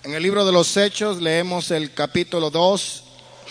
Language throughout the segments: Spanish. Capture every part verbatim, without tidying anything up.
En el libro de los Hechos leemos el capítulo dos,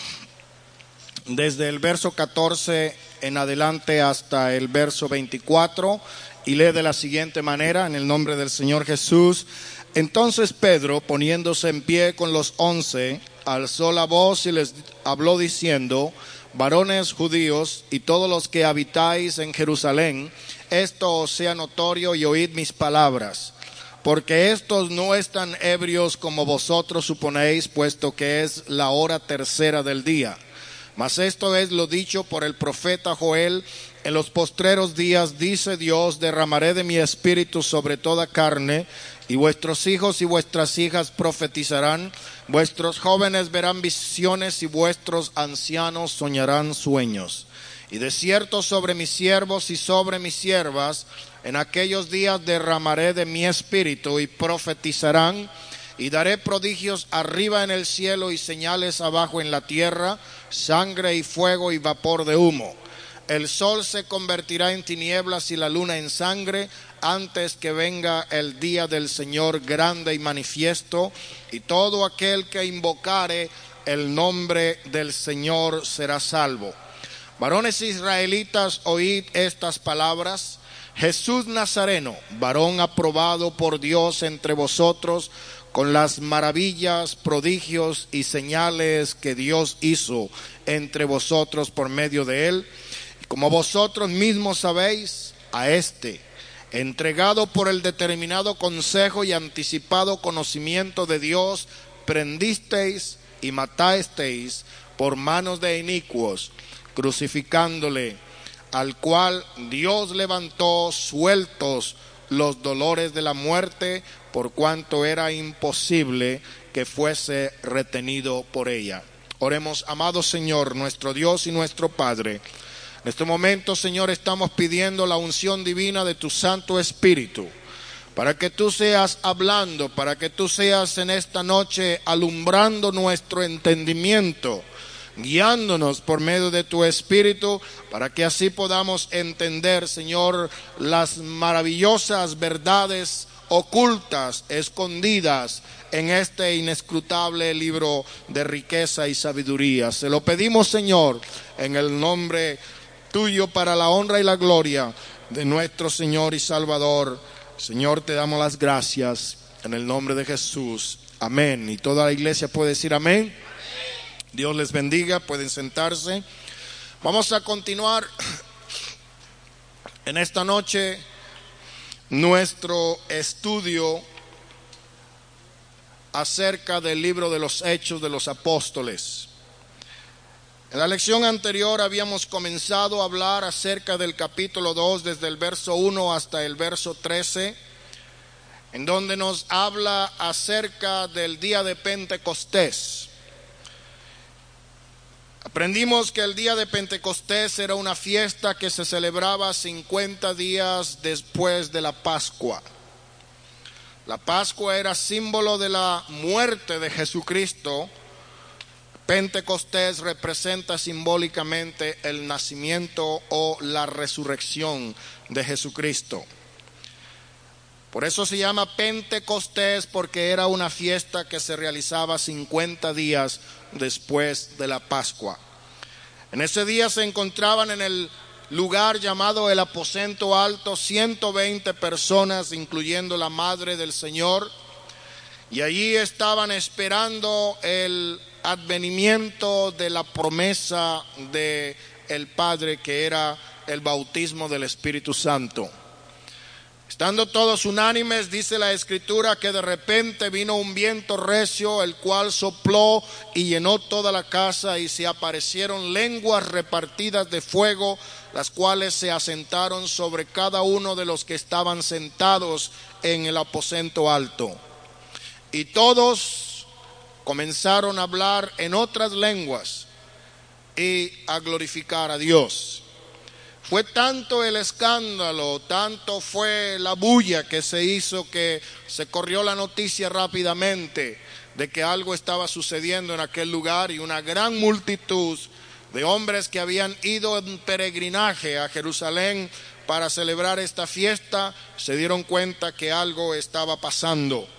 desde el verso catorce en adelante hasta el verso veinticuatro, y lee de la siguiente manera: en el nombre del Señor Jesús. Entonces Pedro, poniéndose en pie con los once, alzó la voz y les habló diciendo: varones judíos y todos los que habitáis en Jerusalén, esto os sea notorio y oíd mis palabras. Porque estos no están ebrios como vosotros suponéis, puesto que es la hora tercera del día. Mas esto es lo dicho por el profeta Joel: en los postreros días, dice Dios, derramaré de mi espíritu sobre toda carne, y vuestros hijos y vuestras hijas profetizarán, vuestros jóvenes verán visiones y vuestros ancianos soñarán sueños. Y de cierto sobre mis siervos y sobre mis siervas, en aquellos días derramaré de mi espíritu y profetizarán, y daré prodigios arriba en el cielo y señales abajo en la tierra, sangre y fuego y vapor de humo. El sol se convertirá en tinieblas y la luna en sangre, antes que venga el día del Señor grande y manifiesto, y todo aquel que invocare el nombre del Señor será salvo. Varones israelitas, oíd estas palabras: Jesús Nazareno, varón aprobado por Dios entre vosotros, con las maravillas, prodigios y señales que Dios hizo entre vosotros por medio de él, como vosotros mismos sabéis, a este, entregado por el determinado consejo y anticipado conocimiento de Dios, prendisteis y matasteis por manos de inicuos, crucificándole, al cual Dios levantó sueltos los dolores de la muerte, por cuanto era imposible que fuese retenido por ella. Oremos. Amado Señor, nuestro Dios y nuestro Padre, en este momento, Señor, estamos pidiendo la unción divina de tu Santo Espíritu, para que tú seas hablando, para que tú seas en esta noche alumbrando nuestro entendimiento, guiándonos por medio de tu Espíritu, para que así podamos entender, Señor, las maravillosas verdades ocultas, escondidas en este inescrutable libro de riqueza y sabiduría. Se lo pedimos, Señor, en el nombre tuyo, para la honra y la gloria de nuestro Señor y Salvador. Señor, te damos las gracias en el nombre de Jesús. Amén. Y toda la iglesia puede decir amén. Dios les bendiga, pueden sentarse. Vamos a continuar en esta noche nuestro estudio acerca del libro de los Hechos de los Apóstoles. En la lección anterior habíamos comenzado a hablar acerca del capítulo dos, desde el verso uno hasta el verso trece, en donde nos habla acerca del día de Pentecostés. Aprendimos que el día de Pentecostés era una fiesta que se celebraba cincuenta días después de la Pascua. La Pascua era símbolo de la muerte de Jesucristo. Pentecostés representa simbólicamente el nacimiento o la resurrección de Jesucristo. Por eso se llama Pentecostés, porque era una fiesta que se realizaba cincuenta días después de la Pascua. En ese día se encontraban en el lugar llamado el aposento alto ciento veinte personas, incluyendo la madre del Señor, y allí estaban esperando el advenimiento de la promesa de el Padre, que era el bautismo del Espíritu Santo. Estando todos unánimes, dice la Escritura que de repente vino un viento recio, el cual sopló y llenó toda la casa, y se aparecieron lenguas repartidas de fuego, las cuales se asentaron sobre cada uno de los que estaban sentados en el aposento alto. Y todos comenzaron a hablar en otras lenguas y a glorificar a Dios. Fue tanto el escándalo, tanto fue la bulla que se hizo, que se corrió la noticia rápidamente de que algo estaba sucediendo en aquel lugar, y una gran multitud de hombres que habían ido en peregrinaje a Jerusalén para celebrar esta fiesta se dieron cuenta que algo estaba pasando.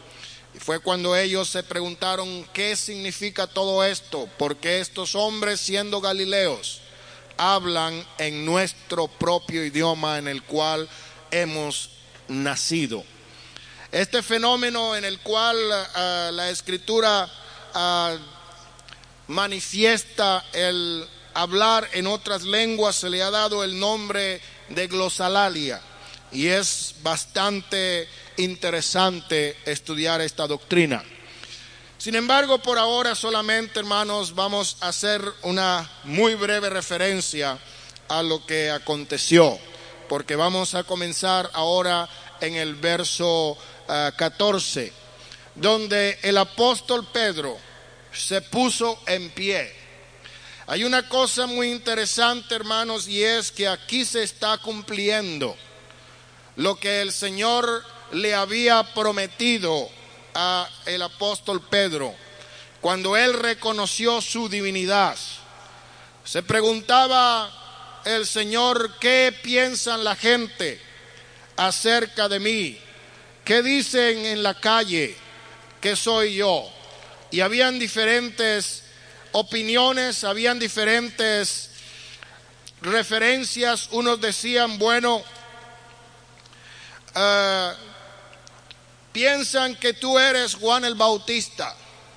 Y fue cuando ellos se preguntaron qué significa todo esto, porque estos hombres, siendo galileos, hablan en nuestro propio idioma en el cual hemos nacido. Este fenómeno en el cual uh, la Escritura uh, manifiesta el hablar en otras lenguas se le ha dado el nombre de glosalalia, y es bastante interesante estudiar esta doctrina. Sin embargo, por ahora solamente, hermanos, vamos a hacer una muy breve referencia a lo que aconteció, porque vamos a comenzar ahora en el verso uh, catorce, donde el apóstol Pedro se puso en pie. Hay una cosa muy interesante, hermanos, y es que aquí se está cumpliendo lo que el Señor le había prometido a el apóstol Pedro cuando él reconoció su divinidad. Se preguntaba el Señor: ¿qué piensan la gente acerca de mí? ¿Qué dicen en la calle que soy yo? Y habían diferentes opiniones, habían diferentes referencias. Unos decían, bueno, uh, piensan que tú eres Juan el Bautista.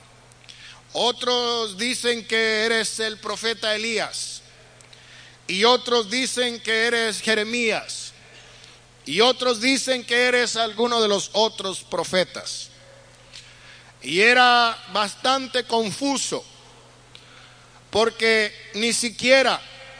Otros dicen que eres el profeta Elías. Y otros dicen que eres Jeremías. Y otros dicen que eres alguno de los otros profetas. Y era bastante confuso, porque ni siquiera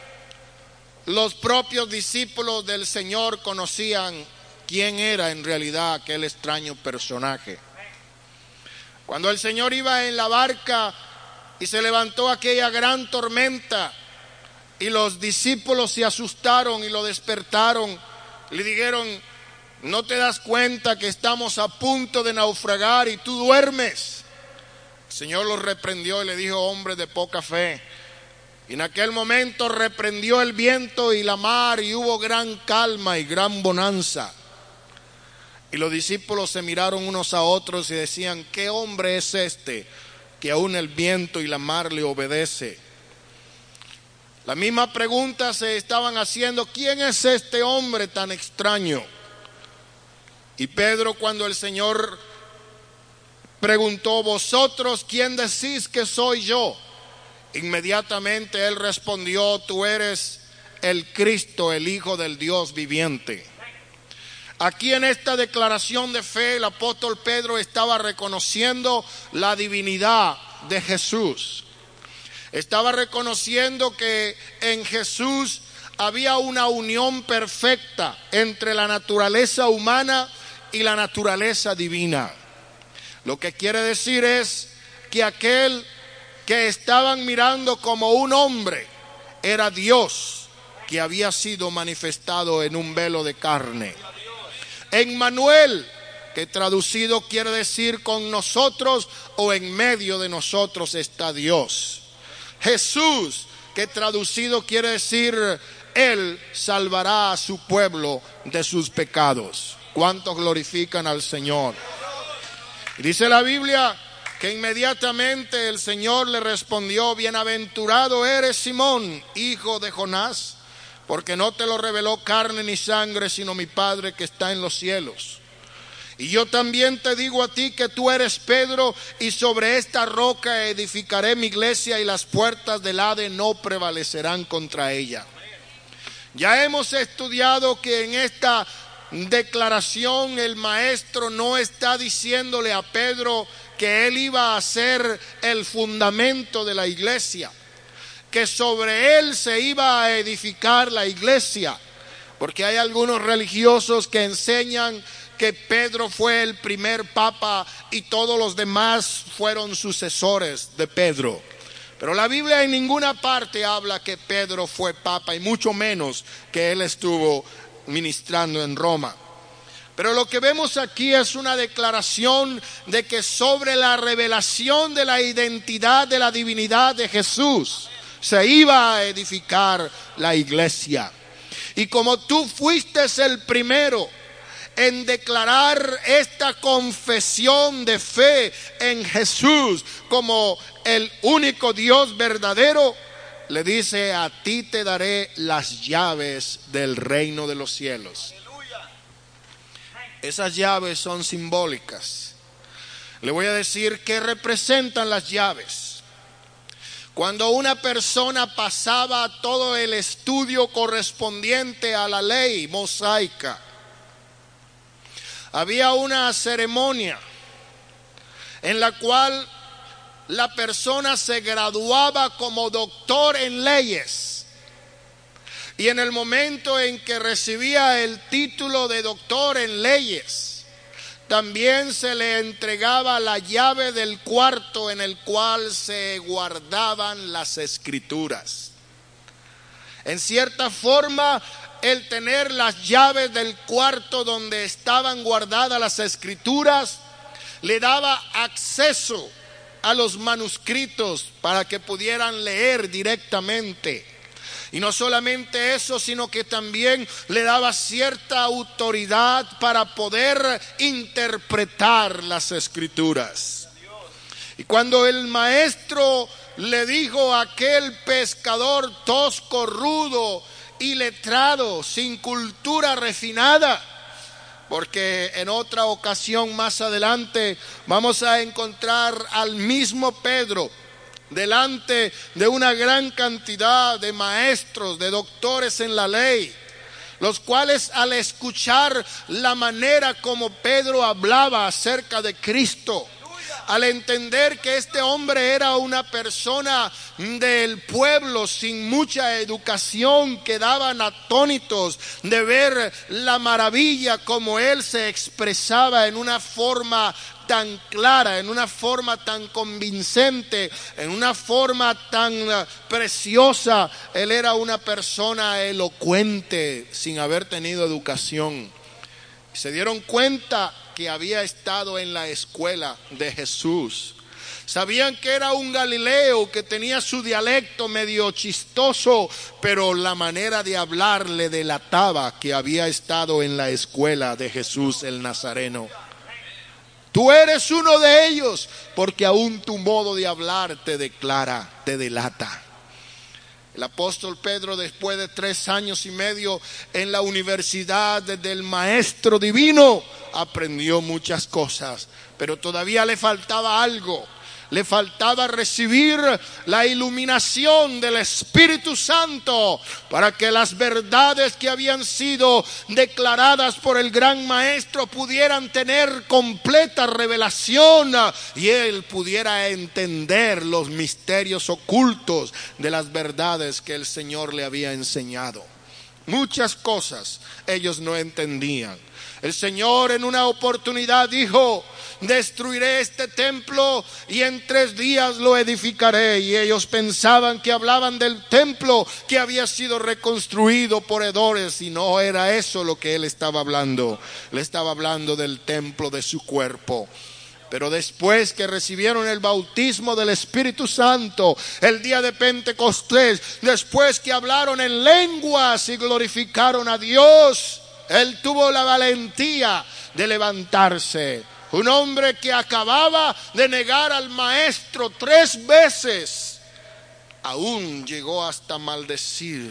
los propios discípulos del Señor conocían quién era en realidad aquel extraño personaje. Cuando el Señor iba en la barca y se levantó aquella gran tormenta y los discípulos se asustaron y lo despertaron, le dijeron: ¿no te das cuenta que estamos a punto de naufragar y tú duermes? El Señor los reprendió y le dijo: hombre de poca fe. Y en aquel momento reprendió el viento y la mar, y hubo gran calma y gran bonanza. Y los discípulos se miraron unos a otros y decían: ¿qué hombre es este que aún el viento y la mar le obedece? La misma pregunta se estaban haciendo: ¿quién es este hombre tan extraño? Y Pedro, cuando el Señor preguntó: ¿vosotros quién decís que soy yo?, inmediatamente él respondió: tú eres el Cristo, el Hijo del Dios viviente. Aquí en esta declaración de fe, el apóstol Pedro estaba reconociendo la divinidad de Jesús. Estaba reconociendo que en Jesús había una unión perfecta entre la naturaleza humana y la naturaleza divina. Lo que quiere decir es que aquel que estaban mirando como un hombre era Dios, que había sido manifestado en un velo de carne. Emmanuel, que traducido quiere decir con nosotros o en medio de nosotros está Dios. Jesús, que traducido quiere decir Él salvará a su pueblo de sus pecados. ¿Cuántos glorifican al Señor? Y dice la Biblia que inmediatamente el Señor le respondió: bienaventurado eres, Simón, hijo de Jonás, porque no te lo reveló carne ni sangre, sino mi Padre que está en los cielos. Y yo también te digo a ti que tú eres Pedro, y sobre esta roca edificaré mi iglesia, y las puertas del Hades no prevalecerán contra ella. Ya hemos estudiado que en esta declaración el maestro no está diciéndole a Pedro que él iba a ser el fundamento de la iglesia, que sobre él se iba a edificar la iglesia, porque hay algunos religiosos que enseñan que Pedro fue el primer papa y todos los demás fueron sucesores de Pedro. Pero la Biblia en ninguna parte habla que Pedro fue papa, y mucho menos que él estuvo ministrando en Roma. Pero lo que vemos aquí es una declaración de que sobre la revelación de la identidad de la divinidad de Jesús se iba a edificar la iglesia. Y como tú fuiste el primero en declarar esta confesión de fe en Jesús como el único Dios verdadero, le dice: a ti te daré las llaves del reino de los cielos. Esas llaves son simbólicas. Le voy a decir qué representan las llaves. Cuando una persona pasaba todo el estudio correspondiente a la ley mosaica, había una ceremonia en la cual la persona se graduaba como doctor en leyes. Y en el momento en que recibía el título de doctor en leyes, también se le entregaba la llave del cuarto en el cual se guardaban las escrituras. En cierta forma, el tener las llaves del cuarto donde estaban guardadas las escrituras le daba acceso a los manuscritos para que pudieran leer directamente. Y no solamente eso, sino que también le daba cierta autoridad para poder interpretar las escrituras. Y cuando el maestro le dijo a aquel pescador tosco, rudo, iletrado, sin cultura refinada, porque en otra ocasión más adelante vamos a encontrar al mismo Pedro delante de una gran cantidad de maestros, de doctores en la ley, los cuales al escuchar la manera como Pedro hablaba acerca de Cristo, al entender que este hombre era una persona del pueblo sin mucha educación, quedaban atónitos de ver la maravilla como él se expresaba en una forma tan clara, en una forma tan convincente, en una forma tan preciosa. Él era una persona elocuente sin haber tenido educación. Se dieron cuenta que había estado en la escuela de Jesús. Sabían que era un Galileo, que tenía su dialecto medio chistoso, pero la manera de hablar le delataba que había estado en la escuela de Jesús el Nazareno. Tú eres uno de ellos, porque aún tu modo de hablar te declara, te delata. El apóstol Pedro, después de tres años y medio en la universidad del Maestro Divino, aprendió muchas cosas, pero todavía le faltaba algo. Le faltaba recibir la iluminación del Espíritu Santo para que las verdades que habían sido declaradas por el gran maestro pudieran tener completa revelación y él pudiera entender los misterios ocultos de las verdades que el Señor le había enseñado. Muchas cosas ellos no entendían. El Señor en una oportunidad dijo: destruiré este templo y en tres días lo edificaré. Y ellos pensaban que hablaban del templo que había sido reconstruido por hedores, y no era eso lo que él estaba hablando. Le estaba hablando del templo de su cuerpo. Pero después que recibieron el bautismo del Espíritu Santo, el día de Pentecostés, después que hablaron en lenguas y glorificaron a Dios, él tuvo la valentía de levantarse. Un hombre que acababa de negar al maestro tres veces, aún llegó hasta maldecir.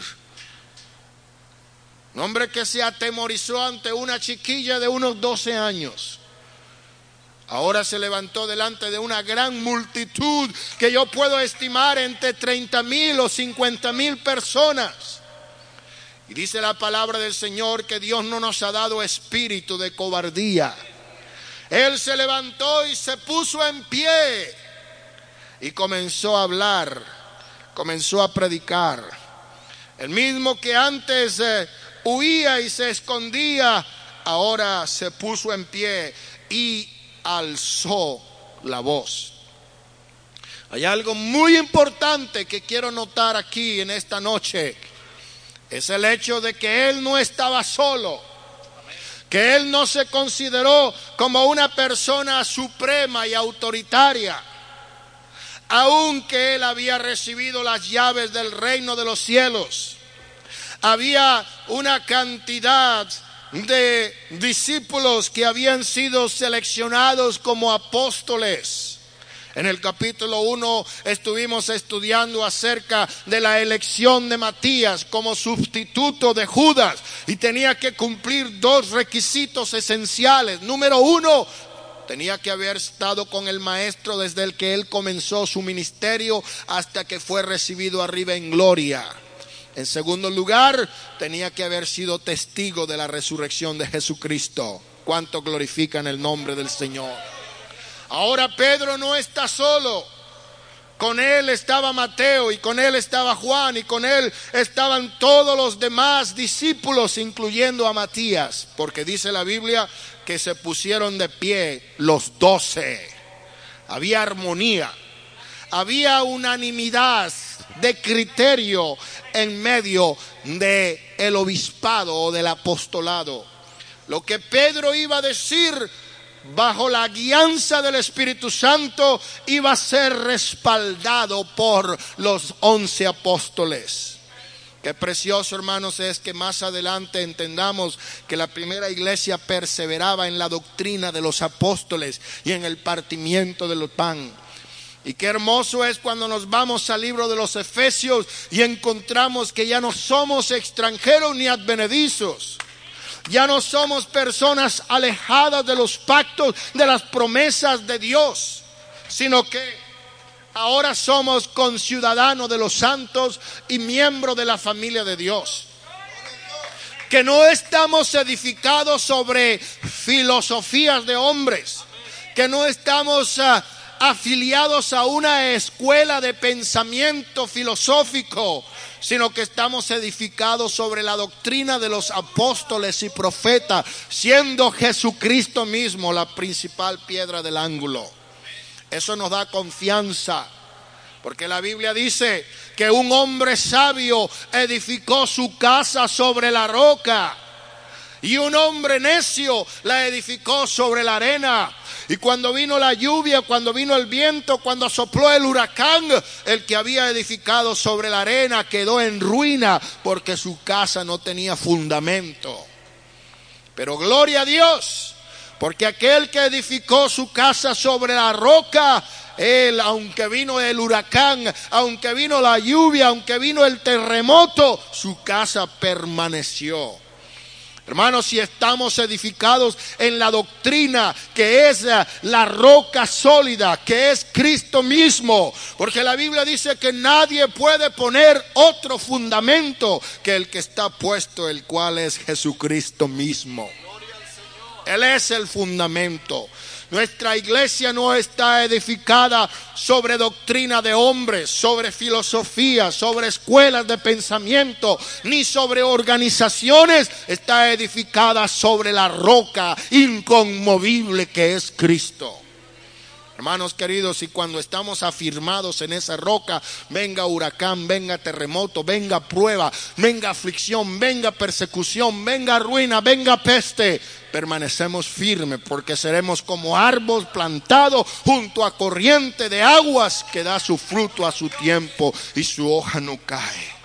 Un hombre que se atemorizó ante una chiquilla de unos doce años. Ahora se levantó delante de una gran multitud que yo puedo estimar entre treinta mil o cincuenta mil personas. Y dice la palabra del Señor que Dios no nos ha dado espíritu de cobardía. Él se levantó y se puso en pie y comenzó a hablar, comenzó a predicar. El mismo que antes eh, huía y se escondía, ahora se puso en pie y alzó la voz. Hay algo muy importante que quiero notar aquí en esta noche. Es el hecho de que él no estaba solo, que él no se consideró como una persona suprema y autoritaria, aunque él había recibido las llaves del reino de los cielos. Había una cantidad de discípulos que habían sido seleccionados como apóstoles. En el capítulo uno estuvimos estudiando acerca de la elección de Matías como sustituto de Judas, y tenía que cumplir dos requisitos esenciales. Número uno, tenía que haber estado con el maestro desde el que él comenzó su ministerio hasta que fue recibido arriba en gloria. En segundo lugar, tenía que haber sido testigo de la resurrección de Jesucristo. ¿Cuánto glorifican el nombre del Señor? Ahora Pedro no está solo. Con él estaba Mateo, y con él estaba Juan, y con él estaban todos los demás discípulos, incluyendo a Matías, porque dice la Biblia que se pusieron de pie los doce. Había armonía, había unanimidad de criterio en medio del obispado o del apostolado. Lo que Pedro iba a decir bajo la guianza del Espíritu Santo iba a ser respaldado por los once apóstoles. Qué precioso, hermanos, es que más adelante entendamos que la primera iglesia perseveraba en la doctrina de los apóstoles y en el partimiento del pan. Y qué hermoso es cuando nos vamos al libro de los Efesios y encontramos que ya no somos extranjeros ni advenedizos. Ya no somos personas alejadas de los pactos, de las promesas de Dios, sino que ahora somos conciudadanos de los santos y miembros de la familia de Dios. Que no estamos edificados sobre filosofías de hombres, que no estamos uh, afiliados a una escuela de pensamiento filosófico, sino que estamos edificados sobre la doctrina de los apóstoles y profetas, siendo Jesucristo mismo la principal piedra del ángulo. Eso nos da confianza, porque la Biblia dice que un hombre sabio edificó su casa sobre la roca, y un hombre necio la edificó sobre la arena. Y cuando vino la lluvia, cuando vino el viento, cuando sopló el huracán, el que había edificado sobre la arena quedó en ruina, porque su casa no tenía fundamento. Pero gloria a Dios, porque aquel que edificó su casa sobre la roca, él, aunque vino el huracán, aunque vino la lluvia, aunque vino el terremoto, su casa permaneció. Hermanos, si estamos edificados en la doctrina que es la roca sólida, que es Cristo mismo, porque la Biblia dice que nadie puede poner otro fundamento que el que está puesto, el cual es Jesucristo mismo. Él es el fundamento. Nuestra iglesia no está edificada sobre doctrina de hombres, sobre filosofía, sobre escuelas de pensamiento, ni sobre organizaciones. Está edificada sobre la roca inconmovible que es Cristo. Hermanos queridos, y cuando estamos afirmados en esa roca, venga huracán, venga terremoto, venga prueba, venga aflicción, venga persecución, venga ruina, venga peste, permanecemos firmes, porque seremos como árbol plantado junto a corriente de aguas que da su fruto a su tiempo y su hoja no cae.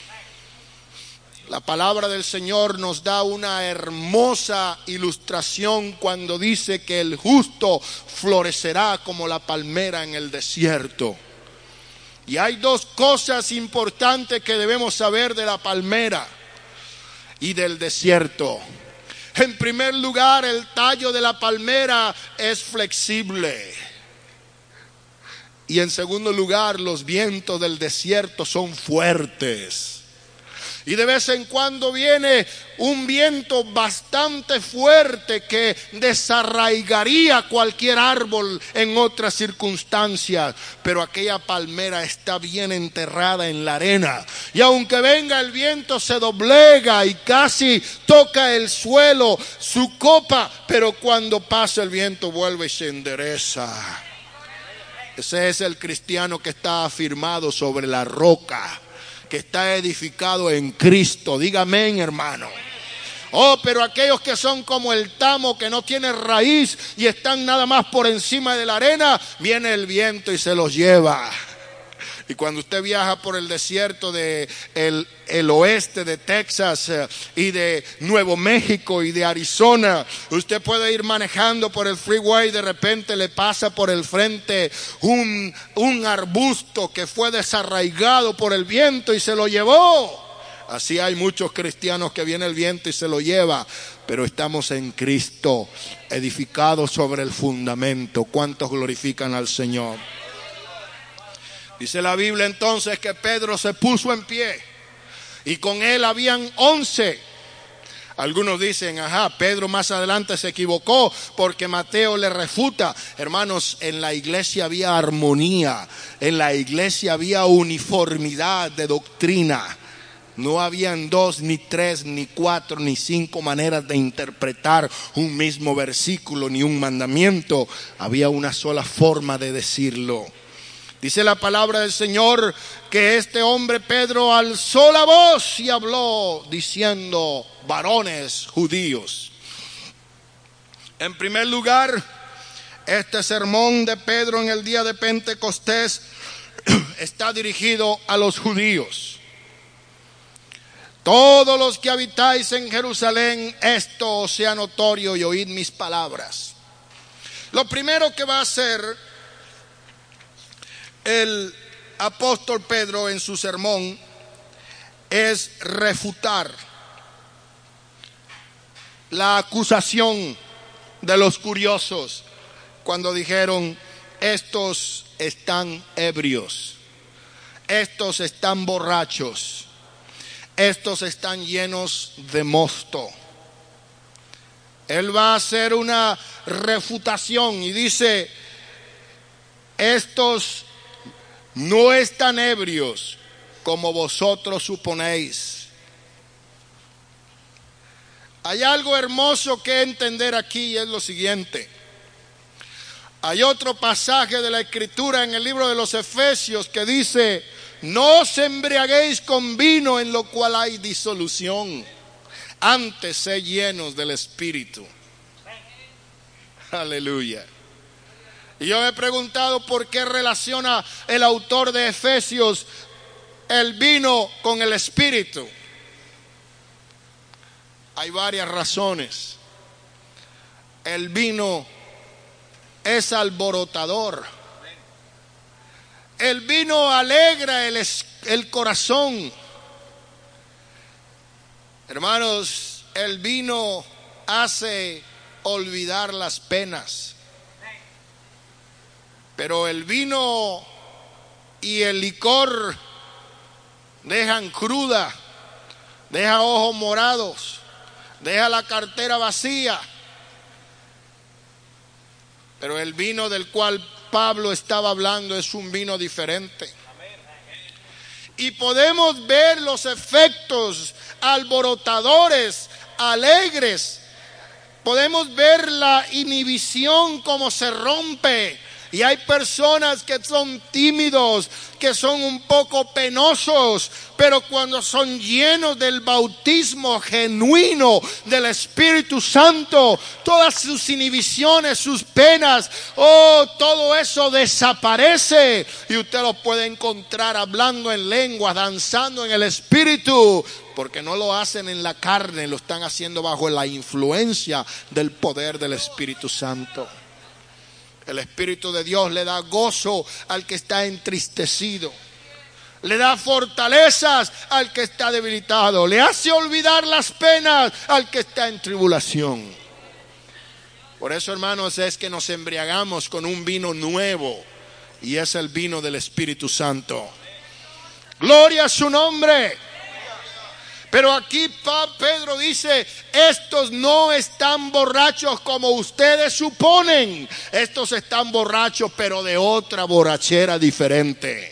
La palabra del Señor nos da una hermosa ilustración cuando dice que el justo florecerá como la palmera en el desierto. Y hay dos cosas importantes que debemos saber de la palmera y del desierto. En primer lugar, el tallo de la palmera es flexible. Y en segundo lugar, los vientos del desierto son fuertes. Y de vez en cuando viene un viento bastante fuerte que desarraigaría cualquier árbol en otras circunstancias. Pero aquella palmera está bien enterrada en la arena. Y aunque venga el viento se doblega y casi toca el suelo, su copa. Pero cuando pasa el viento vuelve y se endereza. Ese es el cristiano que está afirmado sobre la roca, que está edificado en Cristo. Dígame, hermano. Oh, pero aquellos que son como el tamo, que no tiene raíz y están nada más por encima de la arena, viene el viento y se los lleva. Y cuando usted viaja por el desierto de el, el oeste de Texas eh, y de Nuevo México y de Arizona, usted puede ir manejando por el freeway y de repente le pasa por el frente un, un arbusto que fue desarraigado por el viento y se lo llevó. Así hay muchos cristianos que viene el viento y se lo lleva, pero estamos en Cristo, edificados sobre el fundamento. ¿Cuántos glorifican al Señor? Dice la Biblia entonces que Pedro se puso en pie y con él habían once. Algunos dicen, ajá, Pedro más adelante se equivocó porque Mateo le refuta. Hermanos, en la iglesia había armonía, en la iglesia había uniformidad de doctrina. No habían dos, ni tres, ni cuatro, ni cinco maneras de interpretar un mismo versículo, ni un mandamiento. Había una sola forma de decirlo. Dice la palabra del Señor que este hombre Pedro alzó la voz y habló diciendo: varones judíos. En primer lugar, este sermón de Pedro en el día de Pentecostés está dirigido a los judíos. Todos los que habitáis en Jerusalén, esto os sea notorio y oíd mis palabras. Lo primero que va a hacer el apóstol Pedro en su sermón es refutar la acusación de los curiosos cuando dijeron: estos están ebrios, estos están borrachos, estos están llenos de mosto. Él va a hacer una refutación y dice: estos no están ebrios como vosotros suponéis. Hay algo hermoso que entender aquí y es lo siguiente. Hay otro pasaje de la Escritura en el libro de los Efesios que dice: no os embriaguéis con vino en lo cual hay disolución, antes sed llenos del Espíritu. Aleluya. Y yo me he preguntado por qué relaciona el autor de Efesios el vino con el Espíritu. Hay varias razones. El vino es alborotador. El vino alegra el, el corazón. Hermanos, el vino hace olvidar las penas. Pero el vino y el licor dejan cruda, deja ojos morados, deja la cartera vacía. Pero el vino del cual Pablo estaba hablando es un vino diferente. Y podemos ver los efectos alborotadores, alegres. Podemos ver la inhibición como se rompe. Y hay personas que son tímidos, que son un poco penosos, pero cuando son llenos del bautismo genuino del Espíritu Santo, todas sus inhibiciones, sus penas, oh, todo eso desaparece. Y usted lo puede encontrar hablando en lenguas, danzando en el Espíritu, porque no lo hacen en la carne, lo están haciendo bajo la influencia del poder del Espíritu Santo. El Espíritu de Dios le da gozo al que está entristecido, le da fortalezas al que está debilitado, le hace olvidar las penas al que está en tribulación. Por eso, hermanos, es que nos embriagamos con un vino nuevo, y es el vino del Espíritu Santo. Gloria a su nombre. Pero aquí Pedro dice: estos no están borrachos como ustedes suponen. Estos están borrachos, pero de otra borrachera diferente.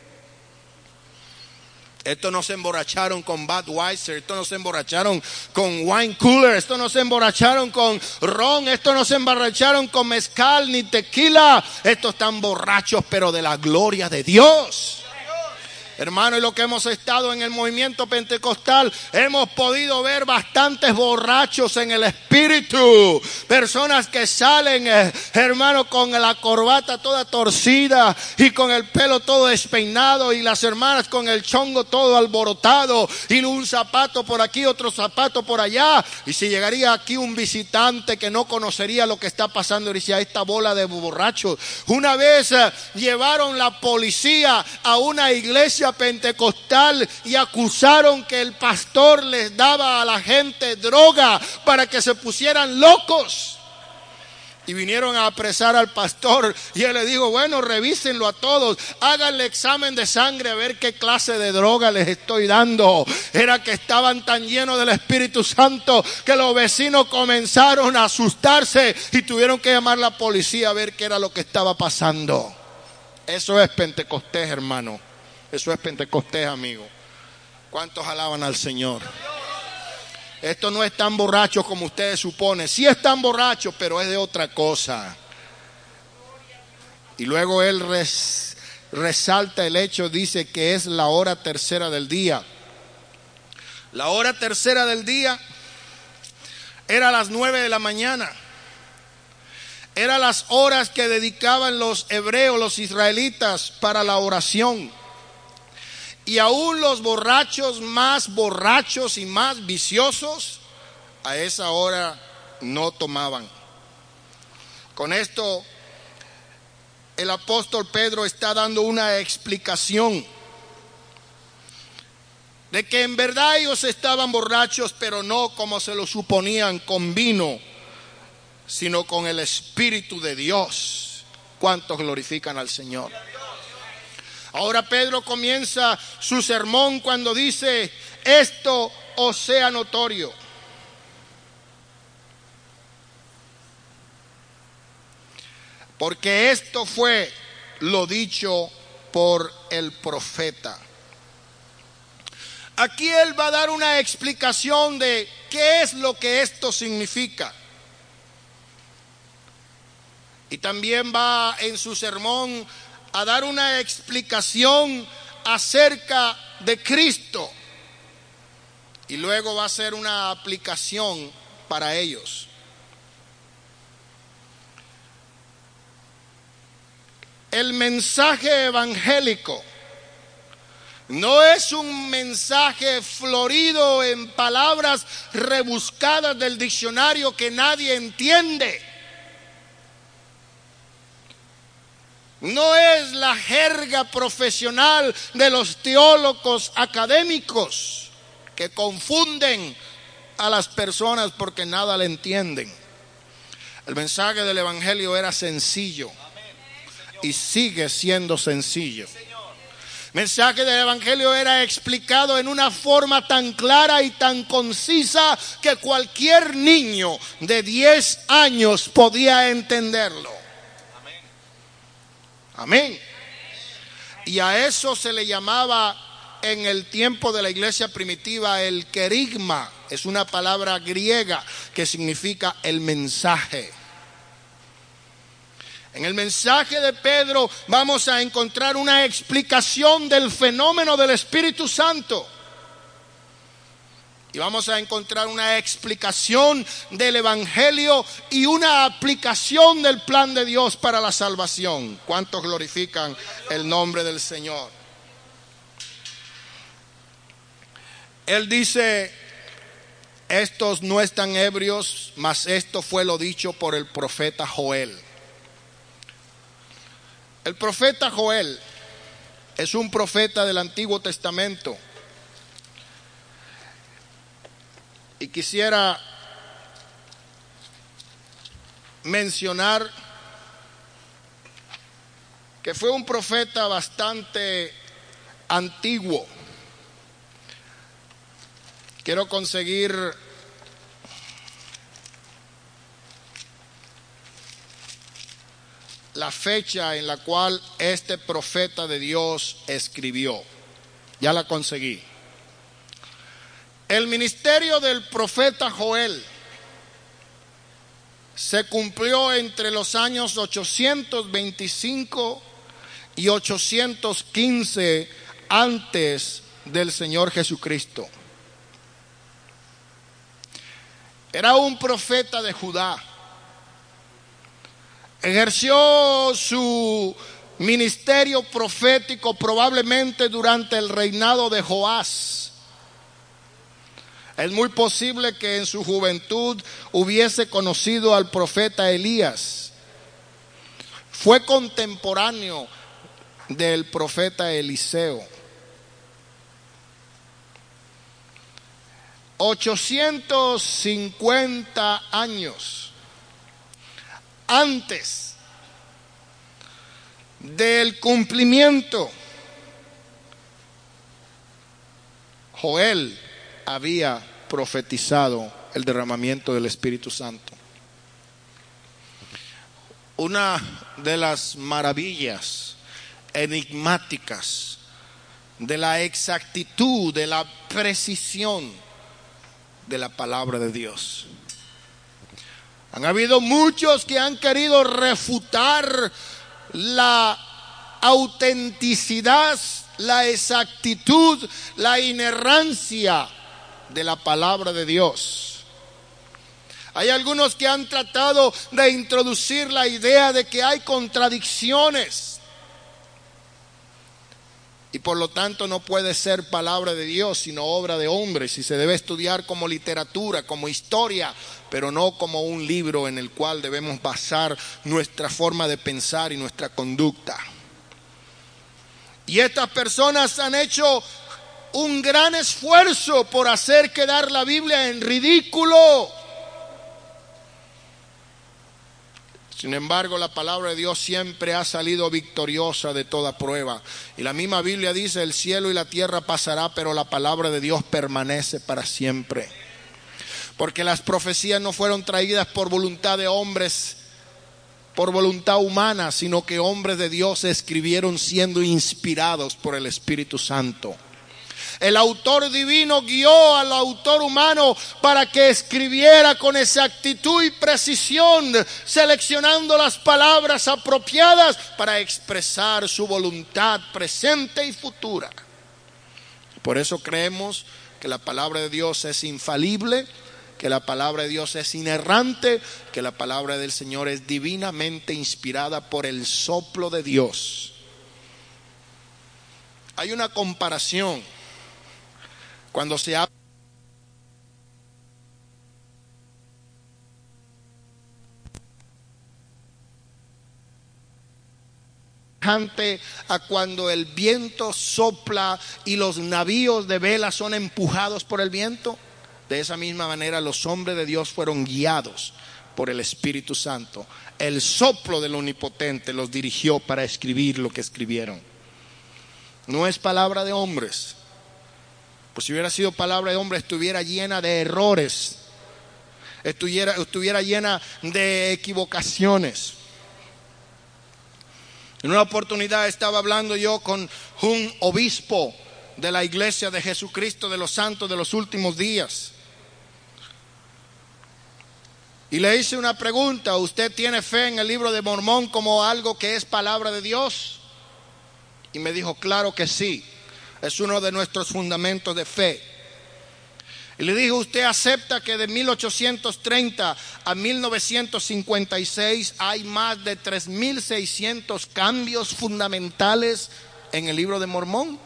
Estos no se emborracharon con Budweiser, estos no se emborracharon con wine cooler, estos no se emborracharon con ron, estos no se emborracharon con mezcal ni tequila. Estos están borrachos, pero de la gloria de Dios. Hermano, y lo que hemos estado en el movimiento pentecostal, hemos podido ver bastantes borrachos en el espíritu. Personas que salen, eh, hermano, con la corbata toda torcida y con el pelo todo despeinado, y las hermanas con el chongo todo alborotado, y un zapato por aquí, otro zapato por allá. Y si llegaría aquí un visitante que no conocería lo que está pasando, diría: esta bola de borrachos. Una vez eh, llevaron la policía a una iglesia pentecostal y acusaron que el pastor les daba a la gente droga para que se pusieran locos. Y vinieron a apresar al pastor, y él le dijo: bueno, revísenlo a todos, háganle examen de sangre a ver qué clase de droga les estoy dando. Era que estaban tan llenos del Espíritu Santo que los vecinos comenzaron a asustarse y tuvieron que llamar a la policía a ver qué era lo que estaba pasando. Eso es Pentecostés, hermano. Eso es Pentecostés, amigo. ¿Cuántos alaban al Señor? Esto no es tan borracho como ustedes suponen. Sí es tan borracho, pero es de otra cosa. Y luego él res, resalta el hecho, dice que es la hora tercera del día. La hora tercera del día era a las nueve de la mañana. Eran las horas que dedicaban los hebreos, los israelitas, para la oración. Y aún los borrachos más borrachos y más viciosos a esa hora no tomaban. Con esto el apóstol Pedro está dando una explicación de que en verdad ellos estaban borrachos, pero no como se lo suponían con vino, sino con el Espíritu de Dios. ¿Cuántos glorifican al Señor? Ahora Pedro comienza su sermón cuando dice: esto os sea notorio. Porque esto fue lo dicho por el profeta. Aquí él va a dar una explicación de qué es lo que esto significa. Y también va en su sermón a dar una explicación acerca de Cristo. Y luego va a hacer una aplicación para ellos. El mensaje evangélico no es un mensaje florido en palabras rebuscadas del diccionario que nadie entiende. No es la jerga profesional de los teólogos académicos que confunden a las personas porque nada le entienden. El mensaje del evangelio era sencillo y sigue siendo sencillo. El mensaje del evangelio era explicado en una forma tan clara y tan concisa que cualquier niño de diez años podía entenderlo. Amén. Y a eso se le llamaba en el tiempo de la iglesia primitiva el querigma. Es una palabra griega que significa el mensaje. En el mensaje de Pedro vamos a encontrar una explicación del fenómeno del Espíritu Santo. Y vamos a encontrar una explicación del evangelio y una aplicación del plan de Dios para la salvación. ¿Cuántos glorifican el nombre del Señor? Él dice: estos no están ebrios, mas esto fue lo dicho por el profeta Joel. El profeta Joel es un profeta del Antiguo Testamento. Y quisiera mencionar que fue un profeta bastante antiguo. Quiero conseguir la fecha en la cual este profeta de Dios escribió. Ya la conseguí. El ministerio del profeta Joel se cumplió entre los años ochocientos veinticinco y ochocientos quince antes del Señor Jesucristo. Era un profeta de Judá. Ejerció su ministerio profético probablemente durante el reinado de Joás. Es muy posible que en su juventud hubiese conocido al profeta Elías. Fue contemporáneo del profeta Eliseo. ochocientos cincuenta años antes del cumplimiento, Joel había profetizado el derramamiento del Espíritu Santo. Una de las maravillas enigmáticas de la exactitud, de la precisión de la palabra de Dios. Han habido muchos que han querido refutar la autenticidad, la exactitud, la inerrancia de la palabra de Dios. Hay algunos que han tratado de introducir la idea de que hay contradicciones y por lo tanto no puede ser palabra de Dios sino obra de hombres, y se debe estudiar como literatura, como historia, pero no como un libro en el cual debemos basar nuestra forma de pensar y nuestra conducta. Y estas personas han hecho un gran esfuerzo por hacer quedar la Biblia en ridículo. Sin embargo, la palabra de Dios siempre ha salido victoriosa de toda prueba. Y la misma Biblia dice: el cielo y la tierra pasará, pero la palabra de Dios permanece para siempre. Porque las profecías no fueron traídas por voluntad de hombres, por voluntad humana, sino que hombres de Dios escribieron siendo inspirados por el Espíritu Santo. El autor divino guió al autor humano para que escribiera con exactitud y precisión, seleccionando las palabras apropiadas para expresar su voluntad presente y futura. Por eso creemos que la palabra de Dios es infalible, que la palabra de Dios es inerrante, que la palabra del Señor es divinamente inspirada por el soplo de Dios. Hay una comparación cuando se habla a cuando el viento sopla y los navíos de vela son empujados por el viento. De esa misma manera los hombres de Dios fueron guiados por el Espíritu Santo. El soplo del Omnipotente los dirigió para escribir lo que escribieron. No es palabra de hombres. Pues si hubiera sido palabra de hombre, estuviera llena de errores, estuviera, estuviera llena de equivocaciones. En una oportunidad estaba hablando yo con un obispo de la Iglesia de Jesucristo de los Santos de los Últimos Días. Y le hice una pregunta: ¿usted tiene fe en el libro de Mormón como algo que es palabra de Dios? Y me dijo: claro que sí. Es uno de nuestros fundamentos de fe. Y le dije: ¿usted acepta que de mil ochocientos treinta a mil novecientos cincuenta y seis hay más de tres mil seiscientos cambios fundamentales en el libro de Mormón?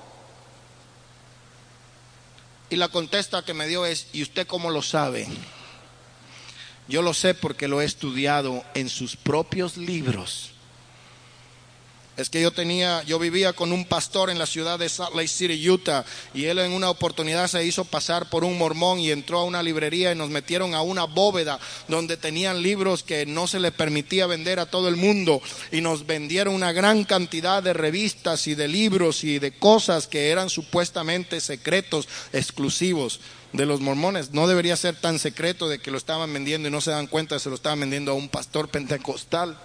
Y la contesta que me dio es: ¿y usted cómo lo sabe? Yo lo sé porque lo he estudiado en sus propios libros. Es que yo tenía, yo vivía con un pastor en la ciudad de Salt Lake City, Utah, y él en una oportunidad se hizo pasar por un mormón y entró a una librería y nos metieron a una bóveda donde tenían libros que no se les permitía vender a todo el mundo, y nos vendieron una gran cantidad de revistas y de libros y de cosas que eran supuestamente secretos exclusivos de los mormones. No debería ser tan secreto de que lo estaban vendiendo y no se dan cuenta que se lo estaban vendiendo a un pastor pentecostal.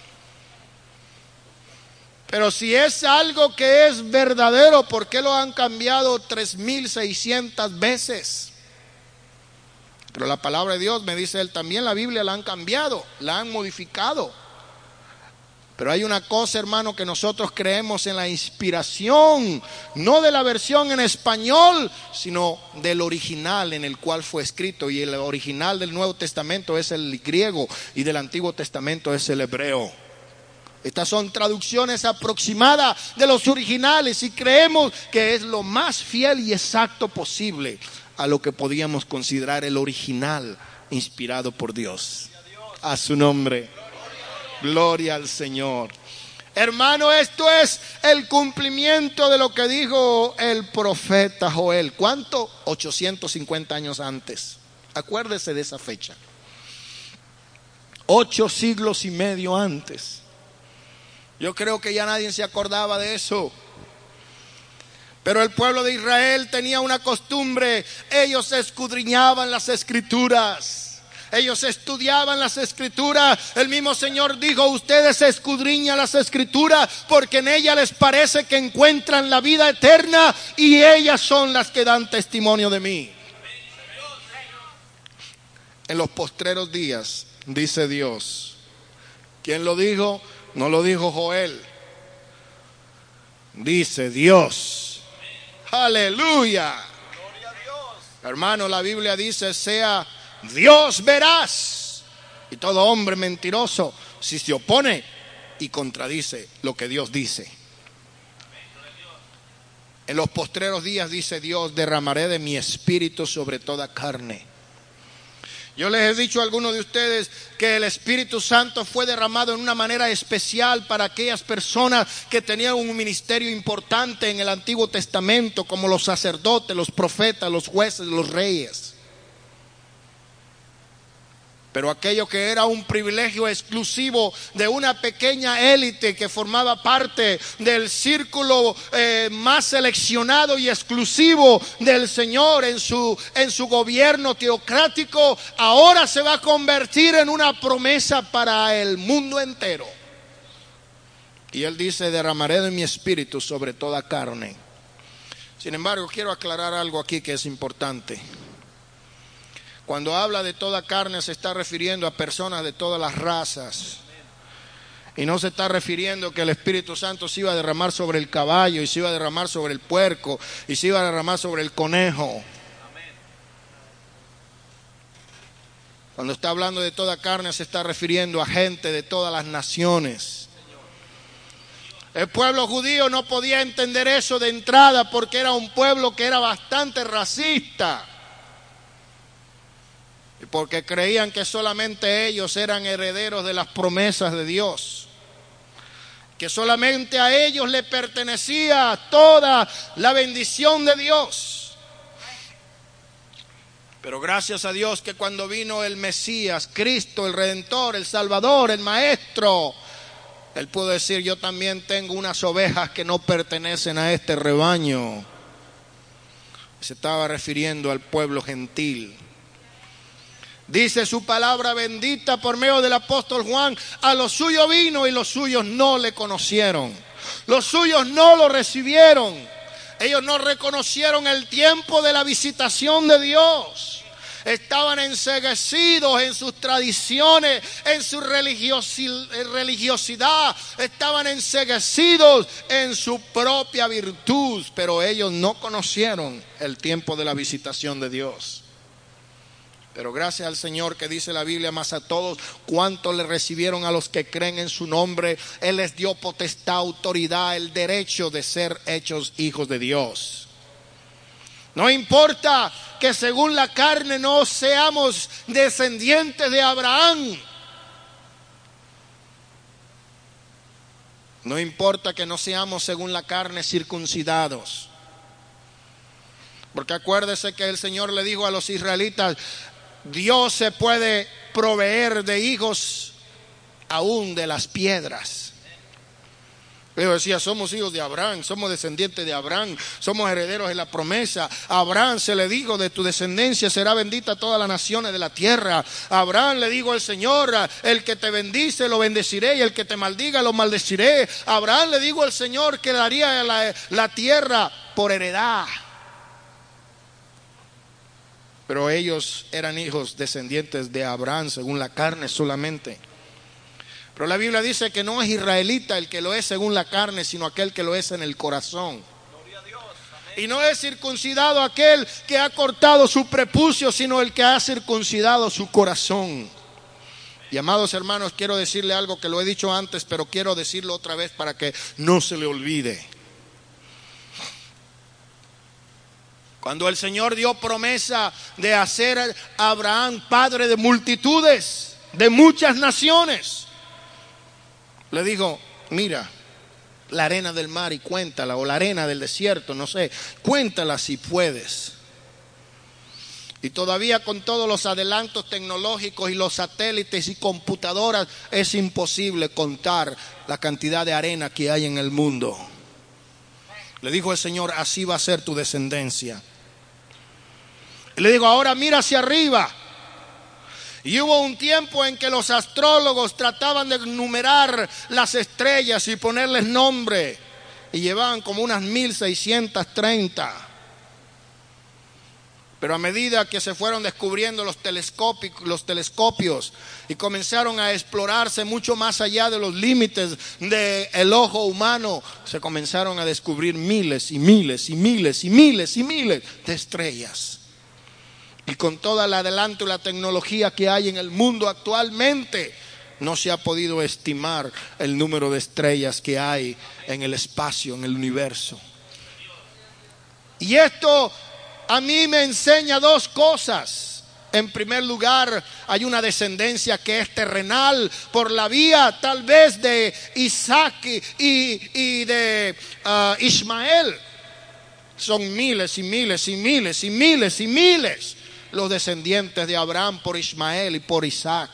Pero si es algo que es verdadero, ¿por qué lo han cambiado tres mil seiscientas veces? Pero la palabra de Dios, me dice él, también la Biblia la han cambiado, la han modificado. Pero hay una cosa, hermano, que nosotros creemos en la inspiración, no de la versión en español, sino del original en el cual fue escrito. Y el original del Nuevo Testamento es el griego y del Antiguo Testamento es el hebreo. Estas son traducciones aproximadas de los originales y creemos que es lo más fiel y exacto posible a lo que podíamos considerar el original inspirado por Dios. A su nombre. Gloria al Señor. Hermano, esto es el cumplimiento de lo que dijo el profeta Joel. ¿Cuánto? ochocientos cincuenta años antes. Acuérdese de esa fecha. Ocho siglos y medio antes. Yo creo que ya nadie se acordaba de eso. Pero el pueblo de Israel tenía una costumbre. Ellos escudriñaban las escrituras. Ellos estudiaban las escrituras. El mismo Señor dijo: ustedes escudriñan las escrituras porque en ellas les parece que encuentran la vida eterna y ellas son las que dan testimonio de mí. En los postreros días, dice Dios. ¿Quién lo dijo? No lo dijo Joel. Dice Dios. Aleluya. Hermano, la Biblia dice: sea Dios verás, y todo hombre mentiroso si se opone y contradice lo que Dios dice. En los postreros días, dice Dios, derramaré de mi espíritu sobre toda carne. Yo les he dicho a algunos de ustedes que el Espíritu Santo fue derramado en una manera especial para aquellas personas que tenían un ministerio importante en el Antiguo Testamento, como los sacerdotes, los profetas, los jueces, los reyes. Pero aquello que era un privilegio exclusivo de una pequeña élite que formaba parte del círculo eh, más seleccionado y exclusivo del Señor en su, en su gobierno teocrático, ahora se va a convertir en una promesa para el mundo entero. Y Él dice: derramaré de mi espíritu sobre toda carne. Sin embargo, quiero aclarar algo aquí que es importante. Cuando habla de toda carne se está refiriendo a personas de todas las razas. Y no se está refiriendo que el Espíritu Santo se iba a derramar sobre el caballo, y se iba a derramar sobre el puerco, y se iba a derramar sobre el conejo. Cuando está hablando de toda carne se está refiriendo a gente de todas las naciones. El pueblo judío no podía entender eso de entrada porque era un pueblo que era bastante racista. Porque creían que solamente ellos eran herederos de las promesas de Dios, que solamente a ellos le pertenecía toda la bendición de Dios. Pero gracias a Dios que cuando vino el Mesías, Cristo, el Redentor, el Salvador, el Maestro, Él pudo decir: yo también tengo unas ovejas que no pertenecen a este rebaño. Se estaba refiriendo al pueblo gentil. Dice su palabra bendita por medio del apóstol Juan: a los suyos vino y los suyos no le conocieron. Los suyos no lo recibieron. Ellos no reconocieron el tiempo de la visitación de Dios. Estaban enceguecidos en sus tradiciones, en su religiosidad. Estaban enceguecidos en su propia virtud. Pero ellos no conocieron el tiempo de la visitación de Dios. Pero gracias al Señor que dice la Biblia: más a todos cuanto le recibieron a los que creen en su nombre, Él les dio potestad, autoridad, el derecho de ser hechos hijos de Dios. No importa que según la carne no seamos descendientes de Abraham. No importa que no seamos según la carne circuncidados. Porque acuérdese que el Señor le dijo a los israelitas: Dios se puede proveer de hijos aún de las piedras. Ellos decían: somos hijos de Abraham, somos descendientes de Abraham, somos herederos de la promesa. A Abraham se le dijo: de tu descendencia será bendita todas las naciones de la tierra. A Abraham le dijo el Señor: el que te bendice lo bendeciré, y el que te maldiga lo maldeciré. A Abraham le dijo el Señor que daría la, la tierra por heredad. Pero ellos eran hijos descendientes de Abraham según la carne solamente. Pero la Biblia dice que no es israelita el que lo es según la carne, sino aquel que lo es en el corazón. Y no es circuncidado aquel que ha cortado su prepucio, sino el que ha circuncidado su corazón. Y amados hermanos, quiero decirle algo que lo he dicho antes, pero quiero decirlo otra vez para que no se le olvide. Cuando el Señor dio promesa de hacer a Abraham padre de multitudes, de muchas naciones, le dijo, mira, la arena del mar y cuéntala, o la arena del desierto, no sé, cuéntala si puedes. Y todavía con todos los adelantos tecnológicos y los satélites y computadoras es imposible contar la cantidad de arena que hay en el mundo. Le dijo el Señor, así va a ser tu descendencia. Y le dijo, ahora mira hacia arriba. Y hubo un tiempo en que los astrólogos trataban de enumerar las estrellas y ponerles nombre. Y llevaban como unas mil seiscientas treinta. Pero a medida que se fueron descubriendo los telescopios, los telescopios y comenzaron a explorarse mucho más allá de los límites del ojo humano, se comenzaron a descubrir miles y miles y miles y miles y miles de estrellas. Y con toda la adelanto y la tecnología que hay en el mundo actualmente, no se ha podido estimar el número de estrellas que hay en el espacio, en el universo. Y esto a mí me enseña dos cosas. En primer lugar, hay una descendencia que es terrenal por la vía tal vez de Isaac y, y de uh, Ismael. Son miles y miles y miles y miles y miles los descendientes de Abraham por Ismael y por Isaac.